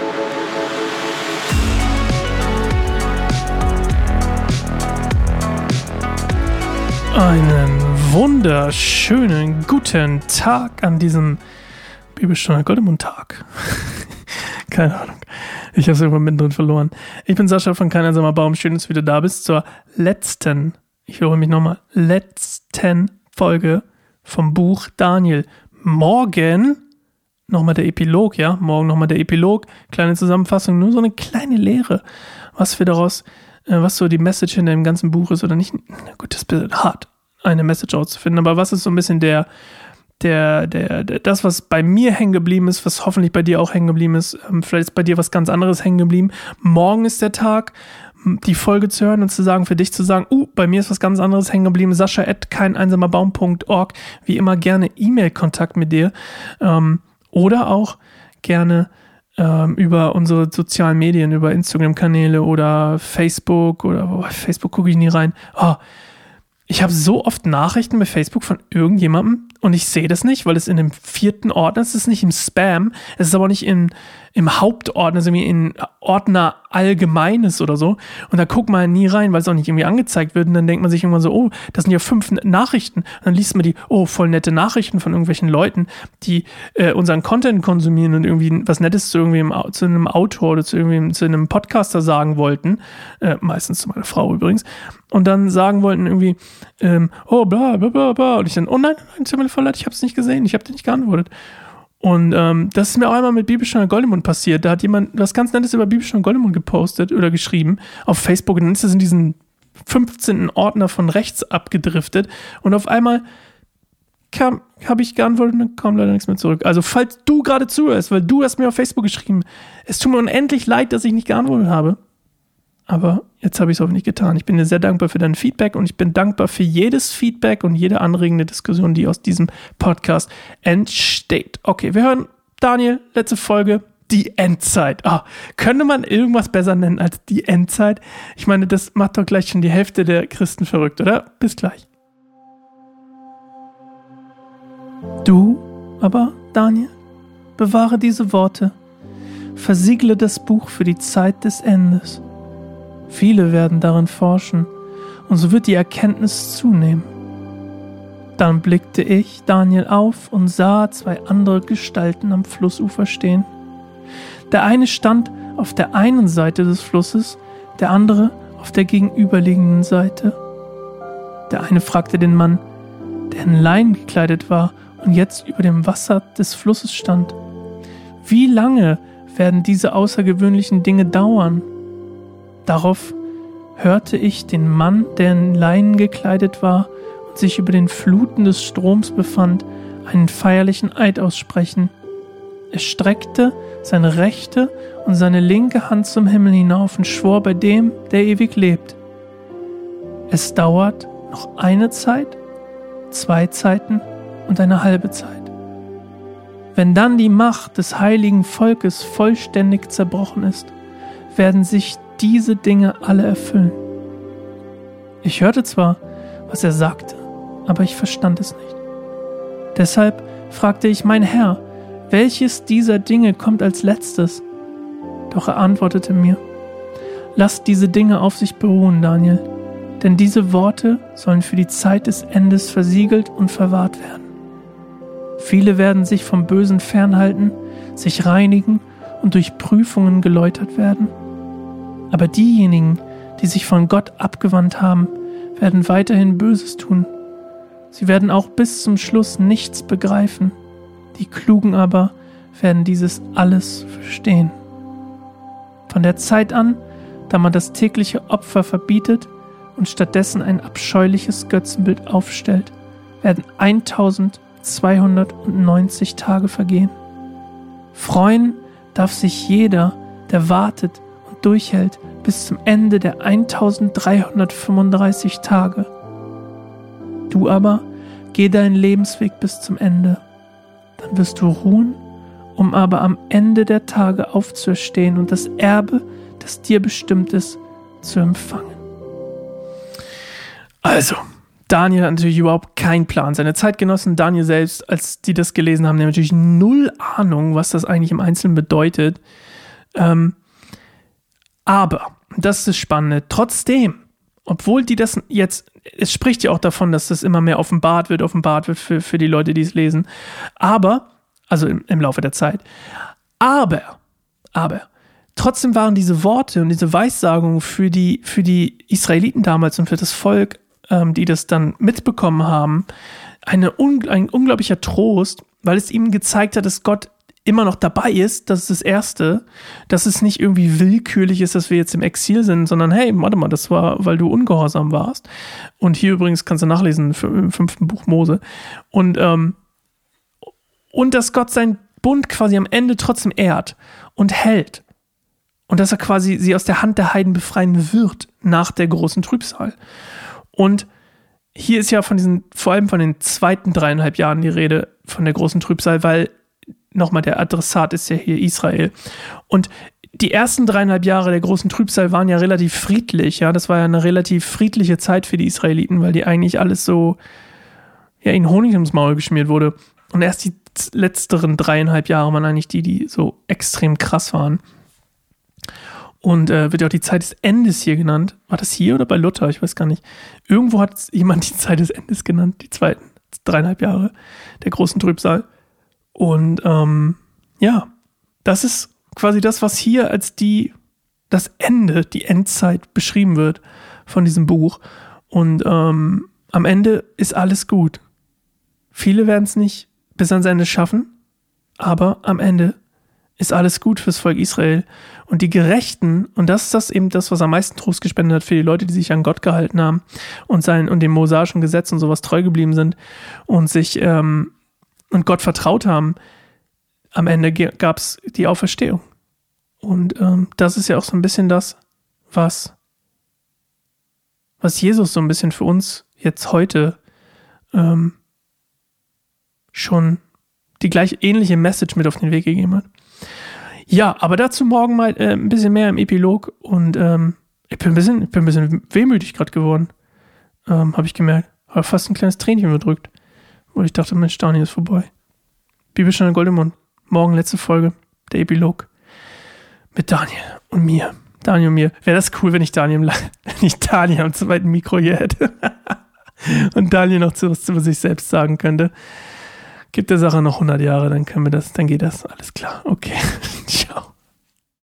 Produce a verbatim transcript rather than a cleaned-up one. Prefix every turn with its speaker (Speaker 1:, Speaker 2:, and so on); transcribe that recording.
Speaker 1: Einen wunderschönen guten Tag an diesem Bibelstunde Goldemund-Tag. Keine Ahnung. Ich habe es irgendwann mittendrin verloren. Ich bin Sascha von Kein einsamer Baum. Schön, dass du wieder da bist zur letzten, ich wiederhole mich nochmal, letzten Folge vom Buch Daniel. Morgen nochmal der Epilog, ja? Morgen nochmal der Epilog. Kleine Zusammenfassung, nur so eine kleine Lehre, was wir daraus, äh, was so die Message in dem ganzen Buch ist oder nicht. Na gut, das ist hart, eine Message auszufinden, aber was ist so ein bisschen der, der, der, der das, was bei mir hängen geblieben ist, was hoffentlich bei dir auch hängen geblieben ist, ähm, vielleicht ist bei dir was ganz anderes hängen geblieben. Morgen ist der Tag, die Folge zu hören und zu sagen, für dich zu sagen, uh, bei mir ist was ganz anderes hängen geblieben, sascha at kein einsamer baum punkt org, wie immer gerne E-Mail-Kontakt mit dir, ähm, oder auch gerne ähm, über unsere sozialen Medien, über Instagram-Kanäle oder Facebook oder oh, Facebook gucke ich nie rein. Oh, ich habe so oft Nachrichten bei Facebook von irgendjemandem und ich sehe das nicht, weil es in dem vierten Ordner ist. Es ist nicht im Spam, es ist aber nicht in, im Hauptordner, es ist irgendwie in Ordner Allgemeines oder so. Und da guckt man nie rein, weil es auch nicht irgendwie angezeigt wird. Und dann denkt man sich irgendwann so, oh, das sind ja fünf Nachrichten. Und dann liest man die, oh, voll nette Nachrichten von irgendwelchen Leuten, die äh, unseren Content konsumieren und irgendwie was Nettes zu irgendwie zu einem Autor oder zu irgendwie zu einem Podcaster sagen wollten. Äh, meistens zu meiner Frau übrigens. Und dann sagen wollten irgendwie, ähm, oh, bla, bla, bla, bla. Und ich dann, oh nein, nein, tut mir voll leid, ich habe es nicht gesehen, ich habe dir nicht geantwortet. Und ähm, das ist mir auch einmal mit Bibelstunde Goldemund passiert. Da hat jemand was ganz Nettes über Bibelstunde Goldemund gepostet oder geschrieben auf Facebook. Und dann ist das in diesen fünfzehnten Ordner von rechts abgedriftet. Und auf einmal habe ich geantwortet und dann kam leider nichts mehr zurück. Also falls du gerade zuhörst, weil du hast mir auf Facebook geschrieben, es tut mir unendlich leid, dass ich nicht geantwortet habe. Aber jetzt habe ich es auch nicht getan. Ich bin dir sehr dankbar für dein Feedback und ich bin dankbar für jedes Feedback und jede anregende Diskussion, die aus diesem Podcast entsteht. Okay, wir hören Daniel, letzte Folge, die Endzeit. Ah, könnte man irgendwas besser nennen als die Endzeit? Ich meine, das macht doch gleich schon die Hälfte der Christen verrückt, oder? Bis gleich. Du aber, Daniel, bewahre diese Worte, versiegle das Buch für die Zeit des Endes. Viele werden darin forschen, und so wird die Erkenntnis zunehmen. Dann blickte ich, Daniel, auf und sah zwei andere Gestalten am Flussufer stehen. Der eine stand auf der einen Seite des Flusses, der andere auf der gegenüberliegenden Seite. Der eine fragte den Mann, der in Leinen gekleidet war und jetzt über dem Wasser des Flusses stand: Wie lange werden diese außergewöhnlichen Dinge dauern? Darauf hörte ich den Mann, der in Leinen gekleidet war und sich über den Fluten des Stroms befand, einen feierlichen Eid aussprechen. Er streckte seine rechte und seine linke Hand zum Himmel hinauf und schwor bei dem, der ewig lebt: Es dauert noch eine Zeit, zwei Zeiten und eine halbe Zeit. Wenn dann die Macht des heiligen Volkes vollständig zerbrochen ist, werden sich diese Dinge alle erfüllen. Ich hörte zwar, was er sagte, aber ich verstand es nicht. Deshalb fragte ich: Mein Herr, welches dieser Dinge kommt als letztes? Doch er antwortete mir: Lass diese Dinge auf sich beruhen, Daniel, denn diese Worte sollen für die Zeit des Endes versiegelt und verwahrt werden. Viele werden sich vom Bösen fernhalten, sich reinigen und durch Prüfungen geläutert werden. Aber diejenigen, die sich von Gott abgewandt haben, werden weiterhin Böses tun. Sie werden auch bis zum Schluss nichts begreifen. Die Klugen aber werden dieses alles verstehen. Von der Zeit an, da man das tägliche Opfer verbietet und stattdessen ein abscheuliches Götzenbild aufstellt, werden eintausendzweihundertneunzig Tage vergehen. Freuen darf sich jeder, der wartet und durchhält bis zum Ende der eintausenddreihundertfünfunddreißig Tage. Du aber geh deinen Lebensweg bis zum Ende. Dann wirst du ruhen, um aber am Ende der Tage aufzuerstehen und das Erbe, das dir bestimmt ist, zu empfangen. Also, Daniel hat natürlich überhaupt keinen Plan. Seine Zeitgenossen, Daniel selbst, als die das gelesen haben, die haben natürlich null Ahnung, was das eigentlich im Einzelnen bedeutet. Ähm, aber, das ist das Spannende, trotzdem, obwohl die das jetzt, es spricht ja auch davon, dass das immer mehr offenbart wird, offenbart wird für, für die Leute, die es lesen, aber, also im, im Laufe der Zeit, aber, aber, trotzdem waren diese Worte und diese Weissagungen für die, für die Israeliten damals und für das Volk, ähm, die das dann mitbekommen haben, eine, ein unglaublicher Trost, weil es ihnen gezeigt hat, dass Gott immer noch dabei ist, das ist das Erste, dass es nicht irgendwie willkürlich ist, dass wir jetzt im Exil sind, sondern hey, warte mal, das war, weil du ungehorsam warst. Und hier übrigens kannst du nachlesen im fünften Buch Mose. Und, ähm, und dass Gott seinen Bund quasi am Ende trotzdem ehrt und hält. Und dass er quasi sie aus der Hand der Heiden befreien wird nach der großen Trübsal. Und hier ist ja von diesen, vor allem von den zweiten dreieinhalb Jahren die Rede von der großen Trübsal, weil nochmal der Adressat ist ja hier Israel. Und die ersten dreieinhalb Jahre der großen Trübsal waren ja relativ friedlich, ja, das war ja eine relativ friedliche Zeit für die Israeliten, weil die eigentlich alles so, ja, ihnen Honig ums Maul geschmiert wurde. Und erst die letzteren dreieinhalb Jahre waren eigentlich die, die so extrem krass waren. Und äh, wird ja auch die Zeit des Endes hier genannt. War das hier oder bei Luther? Ich weiß gar nicht. Irgendwo hat jemand die Zeit des Endes genannt, die zweiten dreieinhalb Jahre der großen Trübsal. Und ähm, ja, das ist quasi das, was hier als die, das Ende, die Endzeit beschrieben wird von diesem Buch. Und ähm, am Ende ist alles gut. Viele werden es nicht bis ans Ende schaffen, aber am Ende ist alles gut fürs Volk Israel. Und die Gerechten, und das ist das eben das, was am meisten Trost gespendet hat für die Leute, die sich an Gott gehalten haben und, sein, und dem mosaischen Gesetz und sowas treu geblieben sind und sich ähm, und Gott vertraut haben, am Ende gab es die Auferstehung. Und ähm, das ist ja auch so ein bisschen das, was, was Jesus so ein bisschen für uns jetzt heute ähm, schon die gleich ähnliche Message mit auf den Weg gegeben hat. Ja, aber dazu morgen mal äh, ein bisschen mehr im Epilog. Und ähm, ich bin ein bisschen, ich bin ein bisschen wehmütig gerade geworden, ähm, habe ich gemerkt. Habe fast ein kleines Tränchen verdrückt. Und ich dachte, Mensch, Daniel ist vorbei. Bibelstunde Goldemund. Morgen letzte Folge, der Epilog. Mit Daniel und mir. Daniel und mir. Wäre das cool, wenn ich Daniel, wenn ich Daniel am zweiten Mikro hier hätte. Und Daniel noch zu, was über sich selbst sagen könnte. Gibt der Sache noch hundert Jahre, dann können wir das, dann geht das. Alles klar. Okay. Ciao.